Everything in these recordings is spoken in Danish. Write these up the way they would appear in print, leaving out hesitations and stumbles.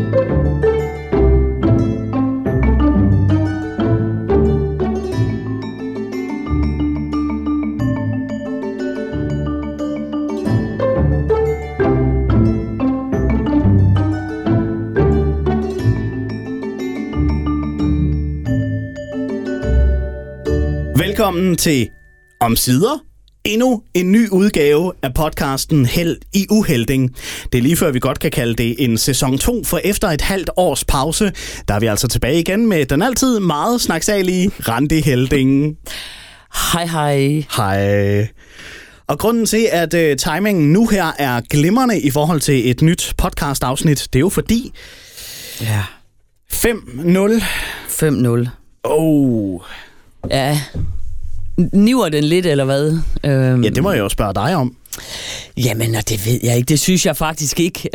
Velkommen til Omsider. Endnu en ny udgave af podcasten Held i Uhelding. Det er lige før vi godt kan kalde det en sæson 2, for efter et halvt års pause, der er vi altså tilbage igen med den altid meget snaksalige Randi Helding. Hej hej. Hej. Og grunden til, at timingen nu her er glimrende i forhold til et nyt podcast-afsnit, det er jo fordi... Ja. 5-0. 5-0. Ja. Niver den lidt, eller hvad? Ja, det må jeg jo spørge dig om. Jamen, og det ved jeg ikke. Det synes jeg faktisk ikke.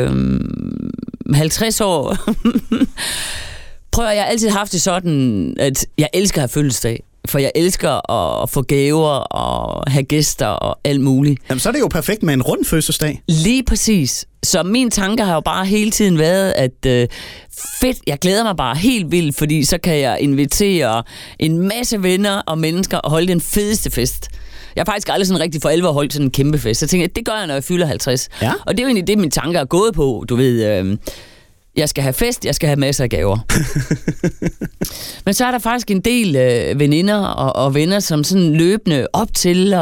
50 år. Prøv at jeg har altid haft det sådan, at jeg elsker at have fødselsdag. For jeg elsker at få gaver og have gæster og alt muligt. Jamen, så er det jo perfekt med en rund fødselsdag. Lige præcis. Så mine tanker har jo bare hele tiden været, at fedt, jeg glæder mig bare helt vildt, fordi så kan jeg invitere en masse venner og mennesker og holde den fedeste fest. Jeg har faktisk aldrig sådan rigtig for alvor holdt sådan en kæmpe fest. Så jeg tænkte, det gør jeg, når jeg fylder 50. Ja? Og det er jo egentlig det, mine tanker er gået på, du ved... Jeg skal have fest, jeg skal have masser af gaver. Men så er der faktisk en del veninder og venner, som sådan løbende op til,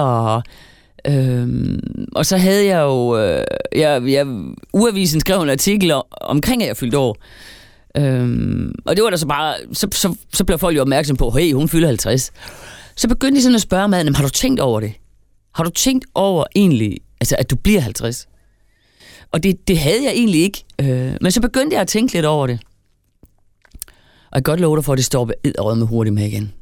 og så havde jeg jo... Ugeavisen skrev en artikel omkring, at jeg fyldte år. Og det var der så bare... Så blev folk jo opmærksom på, hey, hun fylder 50. Så begyndte de sådan at spørge mig, har du tænkt over det? Har du tænkt over egentlig, altså, at du bliver 50? Og det havde jeg egentlig ikke. Men så begyndte jeg at tænke lidt over det. Og jeg kan godt love dig for, at det stopper edderrødme hurtigt med igen.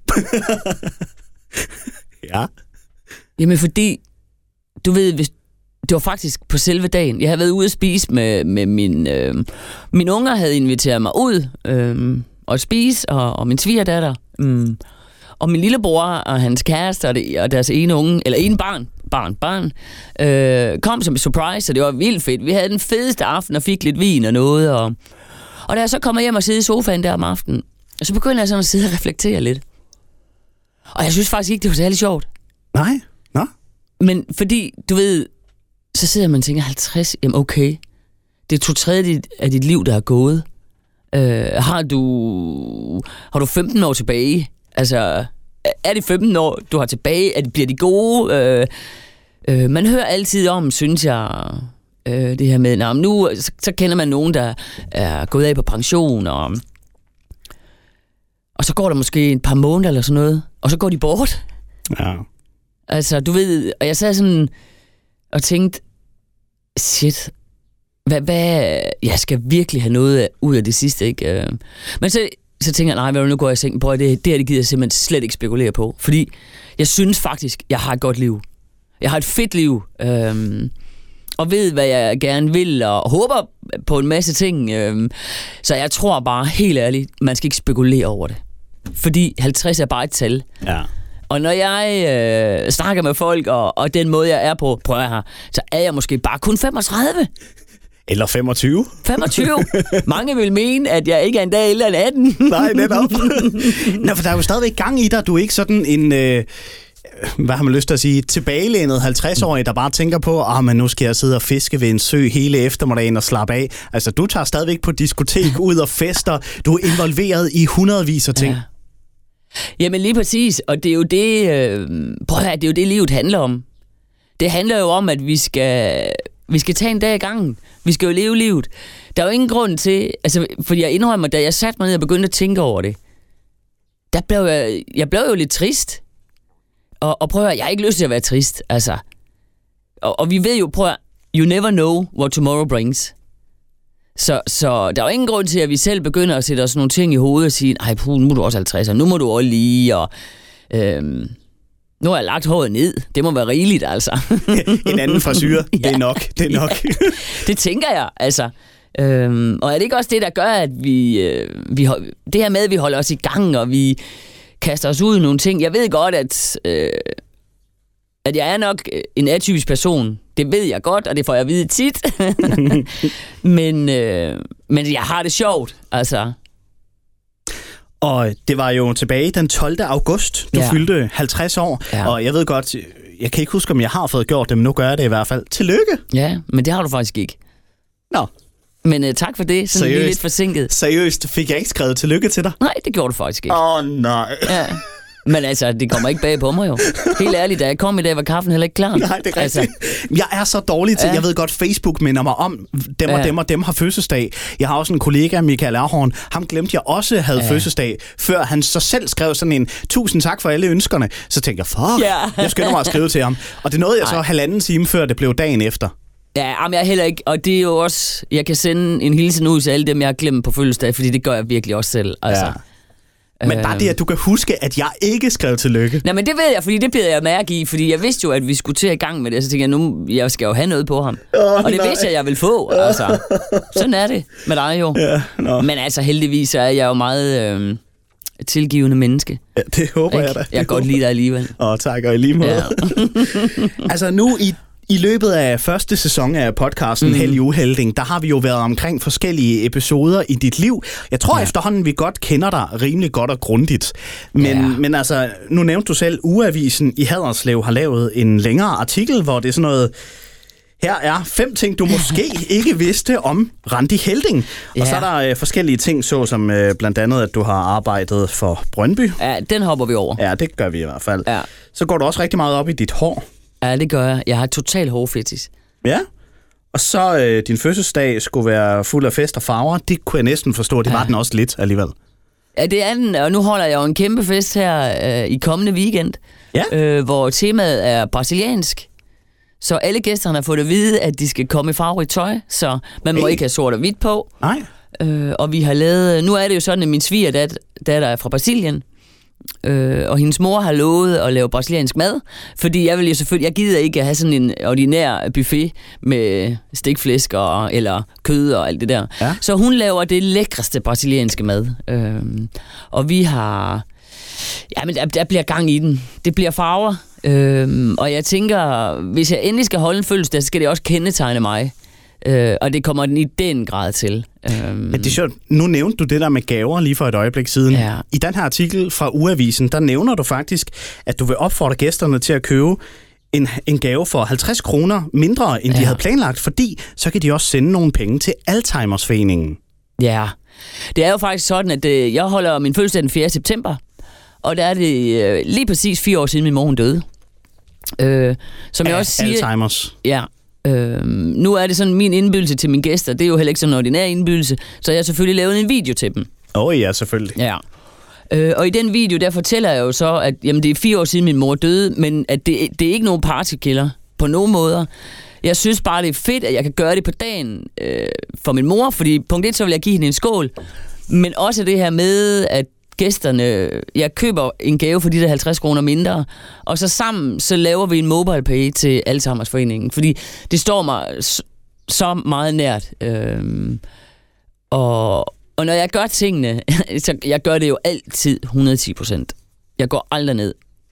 Ja. Jamen fordi, du ved, det var faktisk på selve dagen. Jeg havde været ude at spise med mine unger havde inviteret mig ud og spise, og min svigerdatter. Og min lillebror og hans kæreste og deres ene unge, eller ene barn, kom som en surprise, og det var vildt fedt. Vi havde den fedeste aften og fik lidt vin og noget, og da jeg så kommer hjem og sidder i sofaen der om aftenen, og så begynder jeg sådan at sidde og reflektere lidt. Og jeg synes faktisk ikke, det var særlig sjovt. Nej, nå. Men fordi, du ved, så sidder man og tænker, 50, jamen okay, det er 2/3 af dit liv, der er gået. Har du 15 år tilbage? Altså, er det 15 år, du har tilbage? Bliver de gode? Man hører altid om, synes jeg, det her med, nu så kender man nogen, der er gået af på pension, og så går der måske et par måneder eller sådan noget, og så går de bort. Ja. Altså, du ved, og jeg sad sådan og tænkte, shit, hvad, jeg skal virkelig have noget ud af det sidste, ikke? Men så tænker jeg, nu går jeg i seng, det gider jeg simpelthen slet ikke spekulere på, fordi jeg synes faktisk, jeg har et godt liv. Jeg har et fedt liv, og ved, hvad jeg gerne vil, og håber på en masse ting. Så jeg tror bare, helt ærligt, man skal ikke spekulere over det. Fordi 50 er bare et tal. Ja. Og når jeg snakker med folk, og den måde, jeg er på, prøver jeg her, så er jeg måske bare kun 35. Eller 25. 25. Mange vil mene, at jeg ikke er en dag ældre end 18. Nej, netop. Nå, for der er jo stadigvæk gang i dig. Du er ikke sådan en, hvad har man lyst til at sige, tilbagelænet 50-årig, der bare tænker på, men nu skal jeg sidde og fiske ved en sø hele eftermiddagen og slappe af. Altså, du tager stadigvæk på diskotek ud og fester. Du er involveret i hundredvis af ting. Ja. Jamen lige præcis, og det er jo det, det er jo det, livet handler om. Det handler jo om, at vi skal tage en dag ad gangen. Vi skal jo leve livet. Der er jo ingen grund til, altså, fordi jeg indrømmer, da jeg satte mig ned og begyndte at tænke over det, der blev jeg blev jo lidt trist. Og prøv at jeg har ikke lyst til at være trist, altså. Og vi ved jo, you never know what tomorrow brings. Så der er jo ingen grund til, at vi selv begynder at sætte os nogle ting i hovedet og sige, nu er du også 50, og nu må du også lige, og nu har jeg lagt håret ned. Det må være rigeligt, altså. En anden frisyre, ja. Det er nok. Det tænker jeg, altså. Og er det ikke også det, der gør, at vi det her med, at vi holder os i gang, og vi kaster os ud i nogle ting. Jeg ved godt, at jeg er nok en atypisk person. Det ved jeg godt, og det får jeg at vide tit. men jeg har det sjovt, altså. Og det var jo tilbage den 12. august, du fyldte 50 år. Ja. Og jeg ved godt, jeg kan ikke huske, om jeg har fået gjort det, men nu gør jeg det i hvert fald. Tillykke! Ja, men det har du faktisk ikke. Nå. Men tak for det, sådan lige lidt forsinket. Seriøst, fik jeg ikke skrevet tillykke til dig? Nej, det gjorde du faktisk ikke. Nej. Ja. Men altså, det kommer ikke bag på mig jo. Helt ærligt, da jeg kom i dag, var kaffen heller ikke klar. Nej, det er rigtigt. Altså. Jeg er så dårlig til, jeg ved godt, Facebook minder mig om, dem har fødselsdag. Jeg har også en kollega, Michael Erhorn, ham glemte jeg også havde fødselsdag, før han så selv skrev sådan en, 1000 tak for alle ønskerne. Så tænkte jeg, jeg skynder mig at skrive til ham. Og det nåede jeg så 1,5 time før det blev dagen efter. Ja, men jeg heller ikke, og det er jo også, jeg kan sende en hilsen ud til alle dem, jeg har glemt på fødselsdag, fordi det gør jeg virkelig også selv, altså. Ja. Men bare det, at du kan huske, at jeg ikke skrev tillykke. Nej, men det ved jeg, fordi det blev jeg mærke i, fordi jeg vidste jo, at vi skulle til i gang med det, så tænkte jeg, nu jeg skal jo have noget på ham. Og det vidste jeg vil få, altså. Sådan er det med dig jo. Ja, men altså, heldigvis er jeg jo meget tilgivende menneske. Ja, det håber jeg da. Jeg kan godt lide dig alligevel. Tak, og i lige måde. Ja. Altså nu i løbet af første sæson af podcasten Hellig Uhelding, der har vi jo været omkring forskellige episoder i dit liv. Jeg tror efterhånden, vi godt kender dig rimelig godt og grundigt. Men altså, nu nævnte du selv, Ugeavisen i Haderslev har lavet en længere artikel, hvor det er sådan noget... Her er 5 ting, du måske ikke vidste om Randi Helding. Og så er der forskellige ting, såsom blandt andet, at du har arbejdet for Brøndby. Ja, den hopper vi over. Ja, det gør vi i hvert fald. Ja. Så går du også rigtig meget op i dit hår. Ja, det gør jeg. Jeg har total hårfetis. Ja, og så din fødselsdag skulle være fuld af fest og farver. Det kunne jeg næsten forstå. Det var den også lidt alligevel. Ja, det er den, og nu holder jeg jo en kæmpe fest her i kommende weekend, hvor temaet er brasiliansk. Så alle gæsterne har fået at vide, at de skal komme i farverigt tøj, så man må ikke have sort og hvidt på. Nej. Og vi har lavet... Nu er det jo sådan, at min svigerdatter er fra Brasilien, og hendes mor har lovet at lave brasiliansk mad, fordi jeg gider ikke at have sådan en ordinær buffet med stikflæsk eller kød og alt det der. Ja. Så hun laver det lækreste brasilianske mad. Og vi har... Ja, men der bliver gang i den. Det bliver farver. Og jeg tænker, hvis jeg endelig skal holde en fødselsdag, så skal det også kendetegne mig. Og det kommer den i den grad til. Men det er sjovt. Nu nævnte du det der med gaver lige for et øjeblik siden. Ja. I den her artikel fra Ugeavisen, der nævner du faktisk, at du vil opfordre gæsterne til at købe en gave for 50 kroner mindre, end de havde planlagt, fordi så kan de også sende nogle penge til Alzheimer's-foreningen. Ja, det er jo faktisk sådan, at jeg holder min fødselsdag den 4. september, og der er det lige præcis 4 år siden min mor hun døde. Som jeg også siger... Alzheimer's. Ja. Nu er det sådan min indbydelse til mine gæster, det er jo heller ikke sådan en ordinær indbydelse, så jeg har selvfølgelig lavet en video til dem. Ja, selvfølgelig. Ja. Og i den video, der fortæller jeg jo så, at jamen, det er 4 år siden min mor døde, men at det er ikke nogen partykiller på nogen måder. Jeg synes bare, det er fedt, at jeg kan gøre det på dagen for min mor, fordi punkt 1, så vil jeg give hende en skål, men også det her med, at gæsterne, jeg køber en gave for de der 50 kroner mindre, og så sammen, så laver vi en mobile pay til Alzheimer's-foreningen, fordi det står mig så meget nært. Og når jeg gør tingene, så jeg gør det jo altid 110%. Jeg går aldrig ned.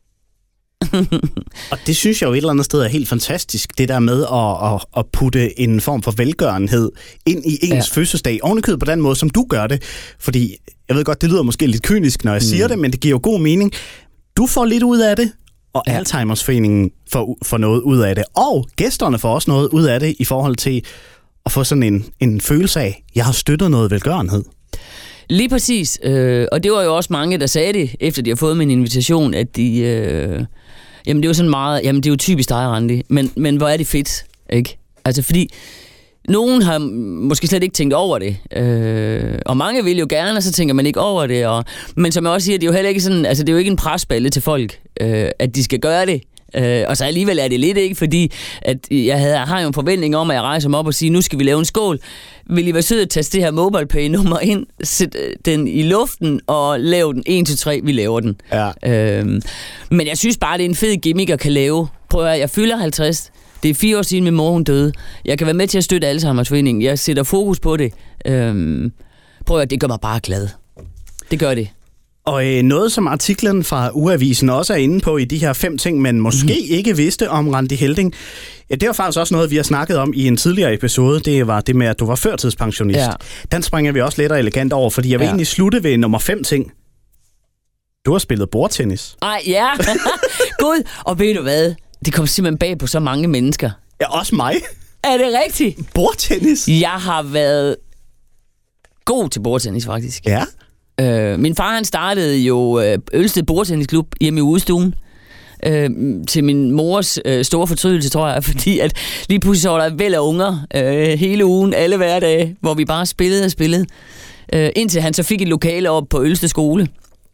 Og det synes jeg jo et eller andet sted er helt fantastisk, det der med at putte en form for velgørenhed ind i ens fødselsdag, ovenikøbet på den måde, som du gør det. Fordi, jeg ved godt, det lyder måske lidt kynisk, når jeg siger det, men det giver jo god mening. Du får lidt ud af det, og Alzheimer's-foreningen får noget ud af det. Og gæsterne får også noget ud af det i forhold til at få sådan en følelse af, jeg har støttet noget velgørenhed. Lige præcis, og det var jo også mange, der sagde det, efter de har fået min invitation, at de, jamen det var sådan meget, jamen det er jo typisk dig, Randi, men hvor er det fedt, ikke? Altså fordi, nogen har måske slet ikke tænkt over det, og mange vil jo gerne, og så tænker man ikke over det, men som jeg også siger, det er jo heller ikke sådan, altså det er jo ikke en presballe til folk, at de skal gøre det. Og så alligevel er det lidt ikke, fordi at jeg har jo en forventning om, at jeg rejser mig op og siger, nu skal vi lave en skål. Vil I være søde at taste det her MobilePay-nummer ind, sæt den i luften og lave den 1, 2, 3, vi laver den. Ja. Men jeg synes bare, det er en fed gimmick at kan lave. Prøv at jeg fylder 50. Det er 4 år siden min mor hun døde. Jeg kan være med til at støtte Alzheimer's-foreningen. Jeg sætter fokus på det. Prøv at det gør mig bare glad. Det gør det. Og noget, som artiklen fra Ugeavisen også er inde på i de her 5 ting, man måske ikke vidste om Randi Helding, det var faktisk også noget, vi har snakket om i en tidligere episode. Det var det med, at du var førtidspensionist. Ja. Den springer vi også let og elegant over, fordi jeg vil egentlig slutte ved nummer 5 ting. Du har spillet bordtennis. Ej, ja. Gud, og ved du hvad? Det kom simpelthen bag på så mange mennesker. Ja, også mig. Er det rigtigt? Bordtennis? Jeg har været god til bordtennis, faktisk. Ja. Min far, han startede jo Ølsted Bordtennisklub hjemme i udstuen. Til min mors store fortrydelse, tror jeg, fordi at lige pludselig så var der væld af unger hele ugen, alle hverdage, hvor vi bare spillede. Indtil han så fik et lokale op på Ølsted skole.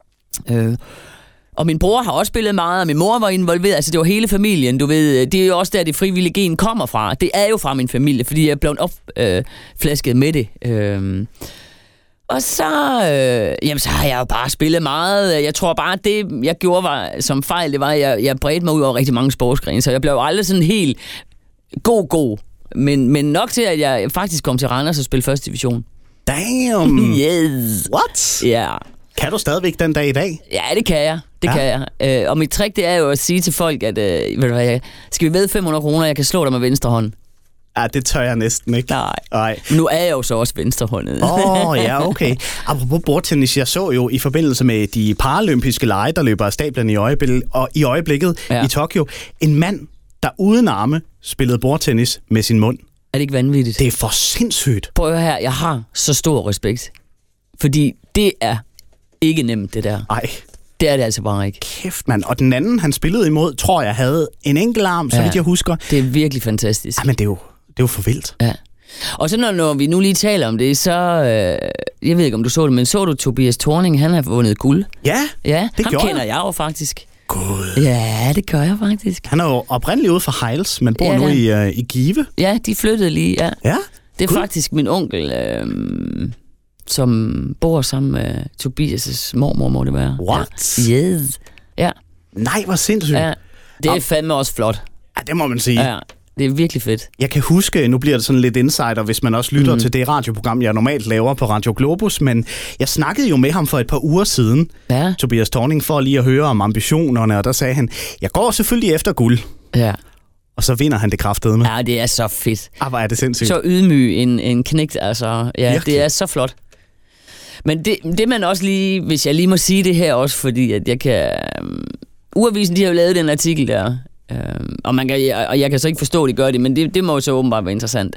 Og min bror har også spillet meget, og min mor var involveret. Altså, det var hele familien, du ved. Det er jo også der, det frivillige gen kommer fra. Det er jo fra min familie, fordi jeg er blevet opflasket med det. Og så, så har jeg jo bare spillet meget. Jeg tror bare, det jeg gjorde som fejl, det var, at jeg bredte mig ud over rigtig mange sportsgrene. Så jeg blev aldrig sådan helt god. Men nok til, at jeg faktisk kom til Randers og spille første division. Damn! Yes! What? Ja. Yeah. Kan du stadigvæk den dag i dag? Ja, det kan jeg. Kan jeg. Og mit trick, det er jo at sige til folk, at ved du hvad, skal vi ved 500 kroner, jeg kan slå dig med venstre hånd. Ja, det tør jeg næsten ikke. Nej. Nu er jeg jo så også venstrehåndet. Ja, okay. Apropos bordtennis, jeg så jo i forbindelse med de paralympiske lege, der løber af stablerne i øjeblikket i Tokyo, en mand, der uden arme spillede bordtennis med sin mund. Er det ikke vanvittigt? Det er for sindssygt. Prøv at høre her, jeg har så stor respekt. Fordi det er ikke nemt, det der. Nej. Det er det altså bare ikke. Kæft, mand. Og den anden, han spillede imod, tror jeg, havde en enkelt arm, så vidt jeg husker. Det er virkelig fantastisk. Ej, men det er jo for vildt. Ja. Og så når vi nu lige taler om det, så... jeg ved ikke, om du så det, men så du Tobias Thorning? Han har vundet guld. Ja, det ham kender jeg jo faktisk. Gud. Ja, det gør jeg faktisk. Han er jo oprindeligt ude fra Hejls, men bor nu i Give. Ja, de flyttede lige, ja. Det er faktisk min onkel, som bor sammen med Tobias' mormor, må det være. What? Ja. Yes. Ja. Nej, hvor sindssygt. Ja. Det er fandme også flot. Ja, det må man sige. Ja. Det er virkelig fedt. Jeg kan huske, nu bliver det sådan lidt insider, hvis man også lytter til det radioprogram, jeg normalt laver på Radio Globus, men jeg snakkede jo med ham for et par uger siden, Tobias Thorning, for lige at høre om ambitionerne, og der sagde han, jeg går selvfølgelig efter guld. Ja. Og så vinder han det kraftedeme. Ja, det er så fedt. Hvor er det sindssygt. Så ydmyg en knægt, altså. Ja, virkelig. Det er så flot. Men det man også lige, hvis jeg lige må sige det her også, fordi at jeg kan... Ugeavisen, de har jo lavet den artikel der, og jeg kan så ikke forstå, at de gør det, men det må jo så åbenbart være interessant.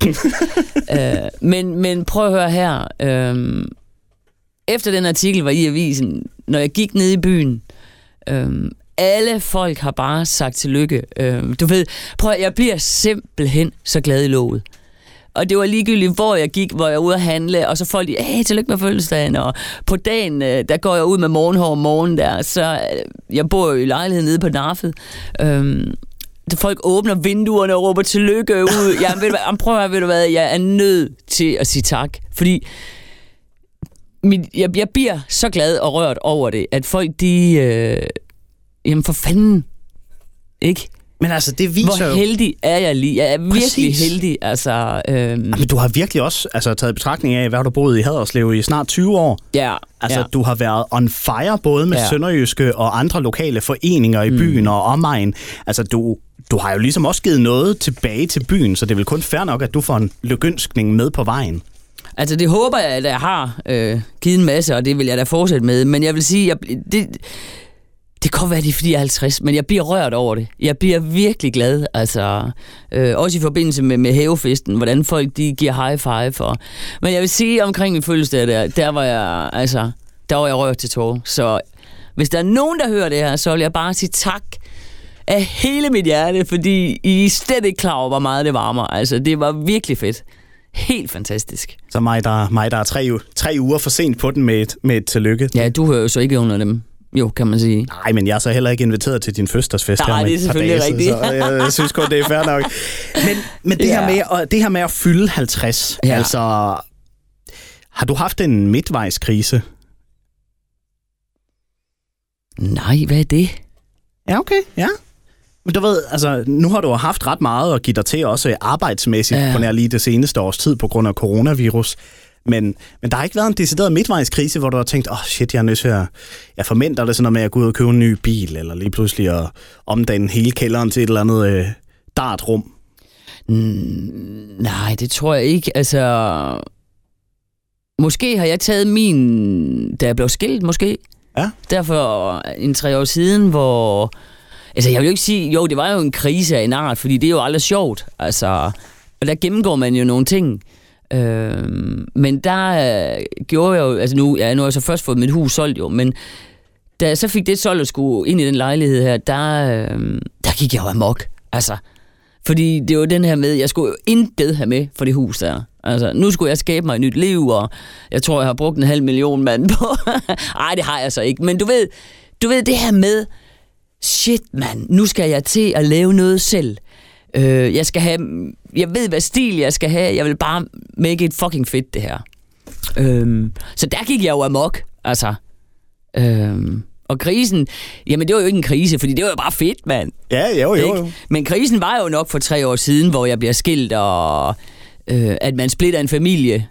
Men prøv at høre her. Efter den artikel var i avisen, når jeg gik ned i byen, alle folk har bare sagt tillykke. Du ved, prøv at, jeg bliver simpelthen så glad i låget. Og det var ligegyldigt, hvor jeg gik, hvor jeg var ude at handle, og så folk de, tillykke med fødselsdagen, og på dagen, der går jeg ud med morgenhår om morgenen der, så jeg bor jo i lejligheden nede på Narfed. Folk åbner vinduerne og råber tillykke ud. Ved du hvad, jeg er nødt til at sige tak, fordi jeg bliver så glad og rørt over det, at folk jamen for fanden, ikke? Men altså, det viser hvor heldig er jeg lige. Jeg er virkelig heldig, altså... Men du har virkelig også taget betragtning af, hvad du boet i Haderslev i snart 20 år. Ja. Altså, du har været on fire, både med Sønderjyske og andre lokale foreninger i byen og omegn. Altså, du har jo ligesom også givet noget tilbage til byen, så det er vel kun fair nok, at du får en lykønskning med på vejen. Altså, det håber jeg, at jeg har givet en masse, og det vil jeg da fortsætte med. Men jeg vil sige, det kan være, det er, fordi jeg er 50, men jeg bliver rørt over det. Jeg bliver virkelig glad, altså. Også i forbindelse med havefesten, hvordan folk de giver high five. Men jeg vil sige, omkring min fødselsdag der var jeg rørt til tårer. Så hvis der er nogen, der hører det her, så vil jeg bare sige tak af hele mit hjerte, fordi I er slet ikke klar over, hvor meget det varmer. Altså, det var virkelig fedt. Helt fantastisk. Så mig, der er 3 uger for sent på den med et tillykke. Ja, du hører jo så ikke under dem. Jo, kan man sige. Nej, men jeg er så heller ikke inviteret til din fødselsdagsfest. Nej, det er selvfølgelig rigtigt. Så jeg synes godt, det er fair nok. Men det her med at fylde 50, altså... Har du haft en midtvejskrise? Nej, hvad er det? Ja, okay, ja. Men du ved, altså, nu har du haft ret meget at give dig til, også arbejdsmæssigt, på nær lige det seneste års tid, på grund af coronavirus. Men der har ikke været en decideret midtvejskrise, hvor du har tænkt, shit, jeg er nødt til at... Jeg forventer det sådan noget med at gå ud og købe en ny bil, eller lige pludselig at omdanne hele kælderen til et eller andet dartrum. Nej, det tror jeg ikke. Altså, måske har jeg taget min, da jeg blev skilt, måske. Ja. Derfor en 3 år siden, hvor... Altså, jeg vil jo ikke sige... Jo, det var jo en krise af en art, fordi det er jo aldrig sjovt. Altså, og der gennemgår man jo nogle ting. Men der gjorde jeg jo... Altså, nu har jeg så først fået mit hus solgt jo, men da jeg så fik det solgt og skulle ind i den lejlighed her, der gik jeg jo amok. Altså, fordi det var den her med... Jeg skulle jo intet have med for det hus der. Altså, nu skulle jeg skabe mig et nyt liv, og jeg tror, jeg har brugt 500.000 mand på. Ej, det har jeg så ikke. Men du ved det her med... Shit, mand, nu skal jeg til at lave noget selv. Jeg ved, hvad stil jeg skal have. Jeg vil bare make it fucking fedt, det her. Så der gik jeg jo amok, altså. Og krisen, jamen det var jo ikke en krise, fordi det var jo bare fedt, mand. Ja, jo. Men krisen var jo nok for 3 år siden, hvor jeg bliver skilt, og at man splitter en familie.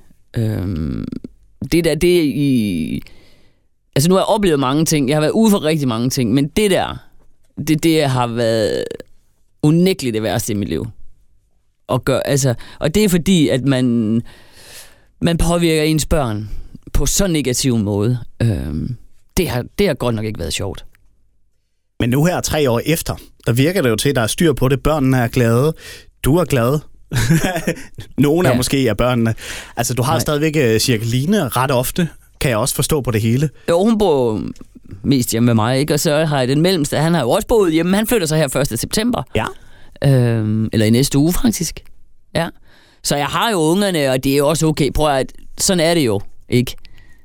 Altså nu har jeg oplevet mange ting. Jeg har været ude for rigtig mange ting, men det der, det har været unægteligt det værste i mit liv. Og det er fordi, at man påvirker ens børn på så negativ måde. Det har godt nok ikke været sjovt. Men nu her 3 år efter, der virker det jo til, at der er styr på det. Børnene er glade. Du er glad. Nogle af måske er børnene. Altså, du har stadigvæk Cirkeline ret ofte. Kan jeg også forstå på det hele. Jo, hun bor mest hjemme med mig, ikke? Og så har jeg den mellemste. Han har jo også boet hjemme. Han flytter sig her 1. september. Ja. Eller i næste uge, faktisk. Ja. Så jeg har jo ungerne, og det er jo også okay. Prøv at... Sådan er det jo, ikke?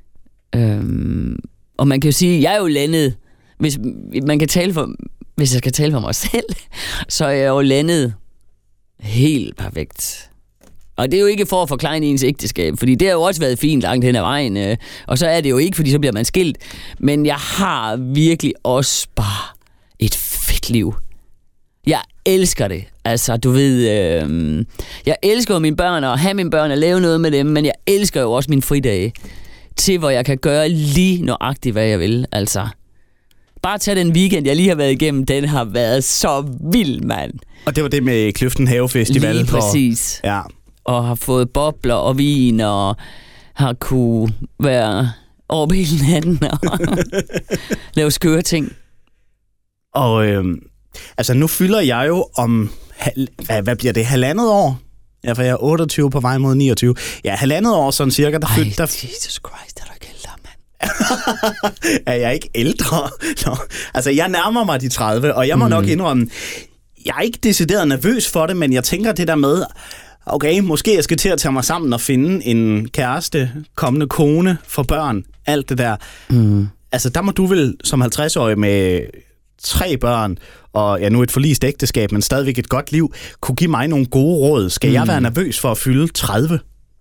Og man kan jo sige, jeg er jo landet... Hvis jeg skal tale for mig selv, så er jeg jo landet helt perfekt. Og det er jo ikke for at forklare ens ægteskab, fordi det har jo også været fint langt hen ad vejen. Og så er det jo ikke, fordi så bliver man skilt. Men jeg har virkelig også bare et fedt liv. Jeg elsker det. Altså, du ved... jeg elsker jo mine børn, og have mine børn og lave noget med dem, men jeg elsker jo også mine fridage. Til hvor jeg kan gøre lige nøjagtigt, hvad jeg vil. Altså, bare tage den weekend, jeg lige har været igennem, den har været så vild, mand. Og det var det med Kløften Havefestival. Lige præcis. Ja. Og har fået bobler og vin, og har kunne være over på hele natten og lave skøre ting. Og altså nu fylder jeg jo om, hvad bliver det, 1,5 år? Ja, for jeg er 28 på vej mod 29. Ja, 1,5 år sådan cirka. Jesus Christ, er du ikke ældre, mand? Er jeg ikke ældre? Nå. Altså, jeg nærmer mig de 30, og jeg må nok indrømme, jeg er ikke decideret nervøs for det, men jeg tænker det der med, okay, måske jeg skal til at tage mig sammen og finde en kæreste, kommende kone for børn, alt det der. Altså, der må du vel som 50-årig med 3 børn, og nu et forlist ægteskab, men stadigvæk et godt liv, kunne give mig nogle gode råd. Skal jeg være nervøs for at fylde 30?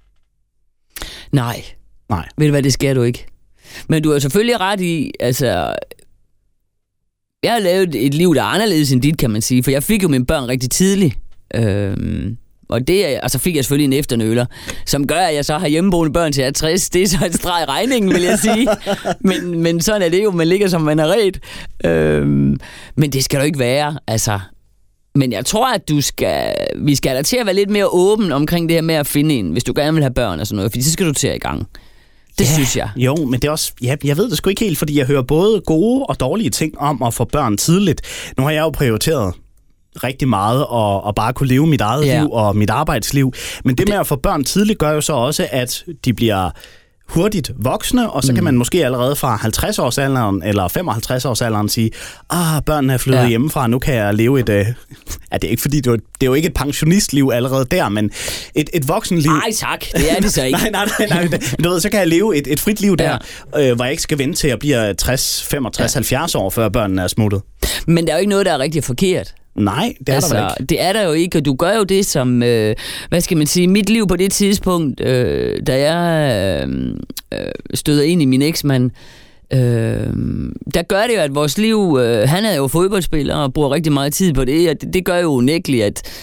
Nej. Ved du hvad, det skal du ikke. Men du er selvfølgelig ret i, altså... Jeg har lavet et liv, der er anderledes end dit, kan man sige, for jeg fik jo mine børn rigtig tidligt. Og så fik jeg selvfølgelig en efternøler, som gør, at jeg så har hjemmeboende børn til 60. Det er så et streg i regningen, vil jeg sige. Men sådan er det jo, man ligger som man er ret. Men det skal du ikke være, altså. Men jeg tror, at vi skal da til at være lidt mere åben omkring det her med at finde en, hvis du gerne vil have børn og sådan noget, fordi så skal du til at i gang. Det synes jeg. Jo, men det er også... Ja, jeg ved det sgu ikke helt, fordi jeg hører både gode og dårlige ting om at få børn tidligt. Nu har jeg jo prioriteret rigtig meget og bare kunne leve mit eget liv og mit arbejdsliv. Men det med at få børn tidligt gør jo så også, at de bliver hurtigt voksne, og så kan man måske allerede fra 50-årsalderen eller 55-årsalderen sige, børnene er flyttet hjemmefra, nu kan jeg leve et... det er ikke fordi, det er jo ikke et pensionistliv allerede der, men et voksenliv. Nej tak, det er det så ikke. nej, du ved, så kan jeg leve et frit liv der, hvor jeg ikke skal vente til at blive 60, 65, 70 år, før børnene er smuttet. Men der er jo ikke noget, der er rigtig forkert. Nej, det er der ikke. Det er der jo ikke, og du gør jo det som, hvad skal man sige, mit liv på det tidspunkt, da jeg støder ind i min eksmand, der gør det jo, at vores liv, han er jo fodboldspiller og bruger rigtig meget tid på det, og det gør jo unægteligt, at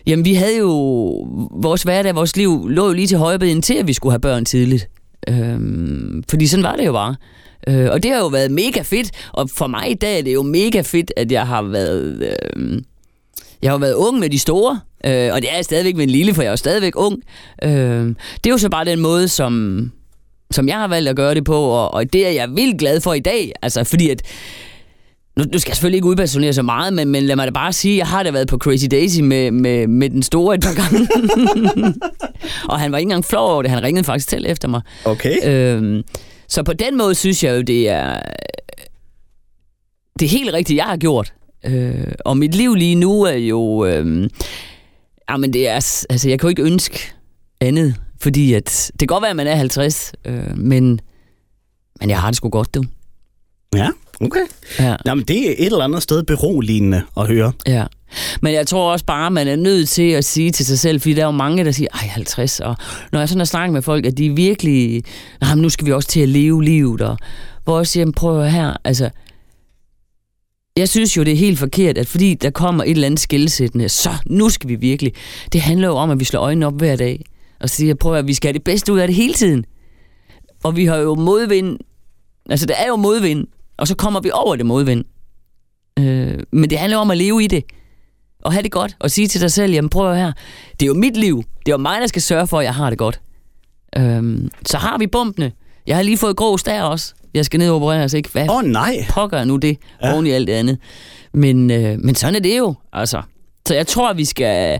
Jamen, vi havde jo... Vores hverdag, vores liv lå jo lige til højreben til, at vi skulle have børn tidligt. Fordi sådan var det jo bare. Og det har jo været mega fedt. Og for mig i dag er det jo mega fedt, at jeg har været... Jeg har været ung med de store. Og det er jeg stadigvæk med en lille, for jeg er jo stadigvæk ung. Det er jo så bare den måde, som jeg har valgt at gøre det på. Og det er jeg vildt glad for i dag. Altså, fordi at... Nu skal jeg selvfølgelig ikke udpersonere så meget, men lad mig da bare sige, at jeg har da været på Crazy Daisy med den store et par gange. Og han var ikke engang flov over det. Han ringede faktisk til efter mig. Okay. Så på den måde synes jeg jo, det er helt rigtigt, jeg har gjort. Og mit liv lige nu er jo... men det er... Altså, jeg kan jo ikke ønske andet, fordi at... Det kan godt være, at man er 50, men jeg har det sgu godt, du. Ja, okay. Ja. Jamen, det er et eller andet sted beroligende at høre. Ja, men jeg tror også bare, man er nødt til at sige til sig selv, fordi der er jo mange, der siger, 50, og når jeg sådan har snakket med folk, at de virkelig, nu skal vi også til at leve livet, og hvor jeg siger, prøv her, altså, jeg synes jo, det er helt forkert, at fordi der kommer et eller andet skelsættende, så nu skal vi virkelig. Det handler jo om, at vi slår øjnene op hver dag, og siger, prøv at vi skal have det bedste ud af det hele tiden. Og vi har jo modvind, altså der er jo modvind, og så kommer vi over det modvind. Men det handler om at leve i det. Og have det godt. Og sige til dig selv, jamen prøv her. Det er jo mit liv. Det er jo mig, der skal sørge for, at jeg har det godt. Så har vi bumpene. Jeg har lige fået grå stær også. Jeg skal ned og opereres, ikke? Hvad nej. Pokker nu det, oven i alt det andet. Men sådan er det jo. Altså. Så jeg tror, vi skal...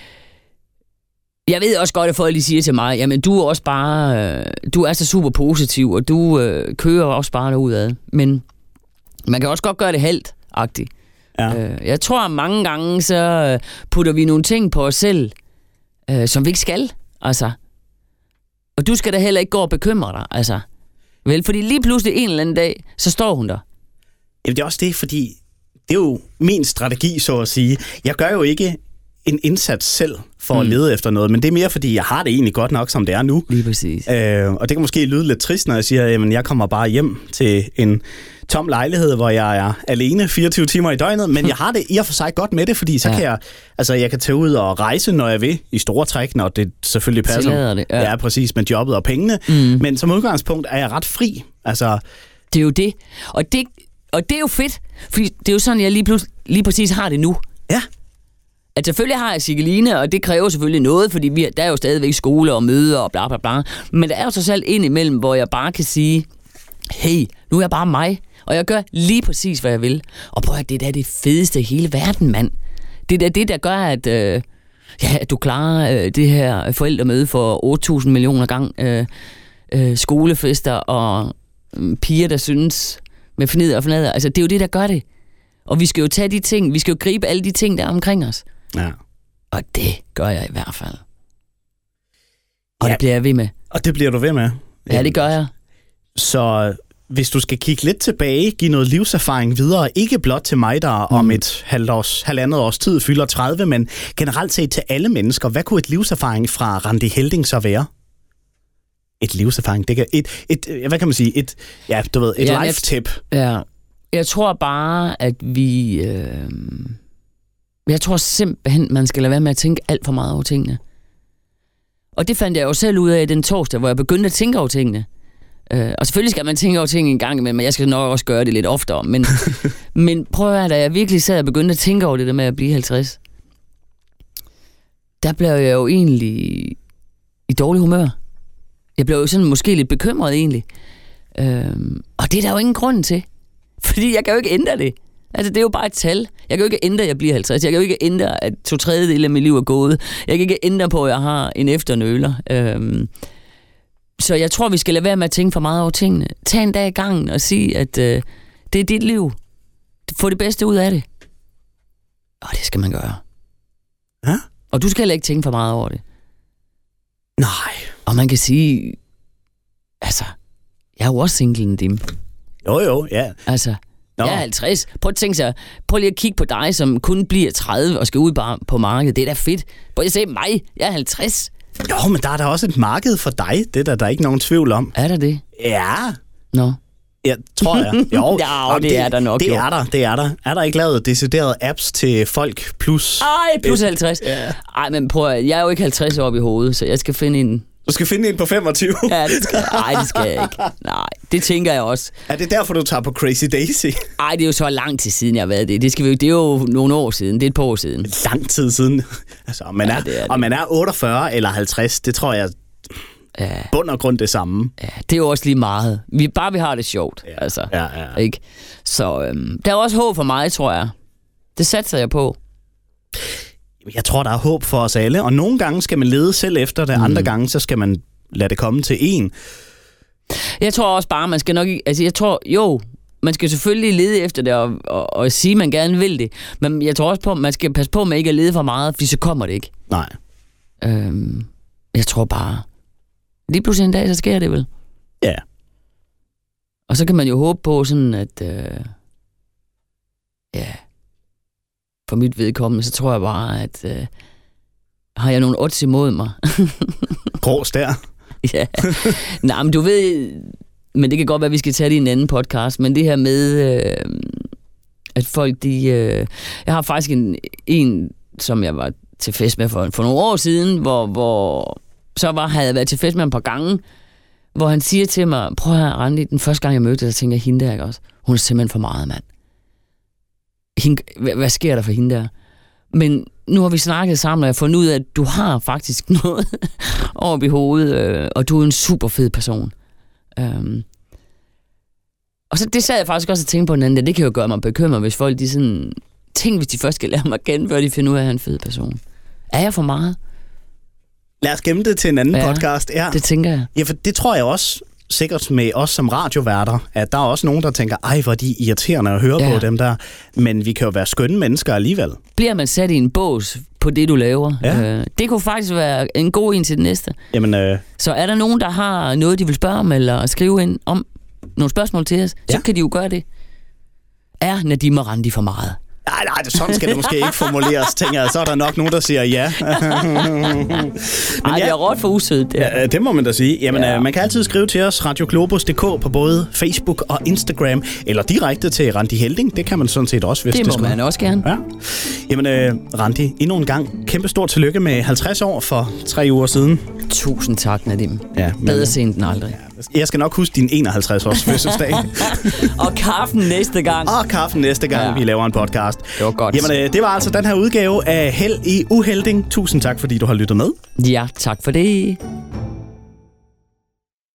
Jeg ved også godt, at folk lige siger til mig, jamen du er også bare, du er så super positiv, og du kører også bare derudad. Men man kan også godt gøre det halvt-agtigt. Ja. Jeg tror, at mange gange, så putter vi nogle ting på os selv, som vi ikke skal. Altså. Og du skal da heller ikke gå og bekymre dig. Altså. Vel, fordi lige pludselig en eller anden dag, så står hun der. Jamen det er også det, fordi det er jo min strategi, så at sige. Jeg gør jo ikke en indsats selv for at lede efter noget, men det er mere, fordi jeg har det egentlig godt nok, som det er nu. Lige præcis. Og det kan måske lyde lidt trist, når jeg siger, jamen jeg kommer bare hjem til en tom lejlighed, hvor jeg er alene 24 timer i døgnet, men jeg har det i og for sig godt med det, fordi så kan jeg kan tage ud og rejse, når jeg vil, i store træk, når det selvfølgelig passer. Det, ja, præcis, med jobbet og pengene, men som udgangspunkt er jeg ret fri. Altså, det er jo det. Og det er jo fedt, fordi det er jo sådan, jeg lige præcis har det nu. Ja. At selvfølgelig har jeg Sigeline, og det kræver selvfølgelig noget, fordi der er jo stadigvæk skole og møder og bla bla bla. Men der er jo så selv ind imellem, hvor jeg bare kan sige, hey, nu er jeg bare mig, og jeg gør lige præcis, hvad jeg vil. Og prøv at det er det fedeste i hele verden, mand. Det er det, der gør, at du klarer det her forældremøde for 8.000 millioner gang, skolefester og piger, der synes med fnider og fnader. Altså, det er jo det, der gør det. Og vi skal jo tage de ting, vi skal jo gribe alle de ting, der er omkring os. Ja. Og det gør jeg i hvert fald. Og det bliver jeg ved med. Og det bliver du ved med? Ja, det gør jeg. Så hvis du skal kigge lidt tilbage, give noget livserfaring videre, ikke blot til mig, der om et halvandet års tid fylder 30, men generelt set til alle mennesker, hvad kunne et livserfaring fra Randi Helding så være? Et livserfaring, det kan hvad kan man sige, et life-tip. Ja. Jeg tror bare, at vi... Jeg tror simpelthen, man skal lade være med at tænke alt for meget over tingene. Og det fandt jeg jo selv ud af den torsdag, hvor jeg begyndte at tænke over tingene. Og selvfølgelig skal man tænke over tingene en gang imellem, men jeg skal nok også gøre det lidt oftere. Men prøv at da jeg virkelig sad og begyndte at tænke over det der med at blive 50, der blev jeg jo egentlig i dårlig humør. Jeg blev jo sådan måske lidt bekymret egentlig. Og det er der jo ingen grund til. Fordi jeg kan jo ikke ændre det. Altså, det er jo bare et tal. Jeg kan jo ikke ændre, at jeg bliver 50. Jeg kan jo ikke ændre, at 2/3 af mit liv er gået. Jeg kan ikke ændre på, at jeg har en efternøler. Så jeg tror, vi skal lade være med at tænke for meget over tingene. Tag en dag i gangen og sige, at det er dit liv. Få det bedste ud af det. Og det skal man gøre. Ja? Og du skal heller ikke tænke for meget over det. Nej. Og man kan sige, altså, jeg er jo også single end dem. Jo, ja. Altså, jeg er 50. Prøv lige at kigge på dig, som kun bliver 30 og skal ud på markedet. Det er da fedt. Prøv lige at se mig. Jeg er 50. Jo, men der er da også et marked for dig. Det er der ikke nogen tvivl om. Er der det? Ja. Nå. Ja, tror jeg. Jo, ja, det er der nok. Det er der. Er der ikke lavet deciderede apps til folk plus... Ej, plus 50. Ej, men prøv at, jeg er jo ikke 50 år i hovedet, så jeg skal finde en... Du skal finde en på 25. Ja, det skal jeg ikke. Nej, det tænker jeg også. Er det derfor, du tager på Crazy Daisy? Ej, det er jo så lang tid siden, jeg har været det. Det er jo nogle år siden. Det er et par år siden. Lang tid siden. Altså, om man er 48 eller 50, det tror jeg bund og grund det samme. Ja, det er jo også lige meget. Vi har det sjovt. Ja. Altså, ja. Ikke? Så der er også håb for mig, tror jeg. Det satser jeg på. Jeg tror, der er håb for os alle, og nogle gange skal man lede selv efter det, andre gange så skal man lade det komme til en. Jeg tror også bare, man skal nok... Altså, man skal selvfølgelig lede efter det og sige, at man gerne vil det. Men jeg tror også på, at man skal passe på med ikke at lede for meget, fordi så kommer det ikke. Nej. Jeg tror bare... Lige pludselig en dag, så sker det vel. Ja. Og så kan man jo håbe på sådan, at... For mit vedkommende, så tror jeg bare, at... har jeg nogle odds imod mig? Grås der. Ja. Nej, men du ved... Men det kan godt være, at vi skal tage det i en anden podcast, men det her med, at folk, jeg har faktisk en, som jeg var til fest med for nogle år siden, hvor havde jeg været til fest med ham et par gange, hvor han siger til mig, prøv at høre, Randi, den første gang jeg mødte dig, så tænker jeg, hende der, ikke også? Hun er simpelthen for meget, mand. Hvad sker der for hende der? Men nu har vi snakket sammen, og jeg har fundet ud af, at du har faktisk noget oppe i hovedet, og du er en super fed person. Og så det sad jeg faktisk også og tænkte på den anden. Det kan jo gøre mig bekymret, hvis folk de sådan... Tænk, hvis de først skal lære mig at kende, før de finder ud af, at jeg er en fed person. Er jeg for meget? Lad os gemme det til en anden podcast. Ja, det tænker jeg. Ja, for det tror jeg også sikkert med os som radioværter, at der er også nogen, der tænker, ej, hvor er de irriterende at høre på dem der. Men vi kan jo være skønne mennesker alligevel. Bliver man sat i en bås på det, du laver? Ja. Det kunne faktisk være en god en til det næste. Jamen, Så er der nogen, der har noget, de vil spørge om, eller skrive ind om nogle spørgsmål til os, så kan de jo gøre det. Er Nadim og Randi for meget? Nej, sådan skal det måske ikke formuleres, tænker jeg. Så er der nok nogen, der siger ja. Nej, det er råt for usødt. Ja, det må man da sige. Jamen, man kan altid skrive til os, radioglobus.dk på både Facebook og Instagram, eller direkte til Randi Helding. Det kan man sådan set også, hvis det må man også gerne. Ja. Jamen, Randi, endnu en gang kæmpe stort tillykke med 50 år for 3 uger siden. Tusind tak, Nadim. Ja, bedre sent end aldrig. Jeg skal nok huske din 51 års fødselsdag. Og kaffen næste gang. Vi laver en podcast. Det var godt. Jamen, det var altså den her udgave af Held i Uhelding. Tusind tak, fordi du har lyttet med. Ja, tak for det.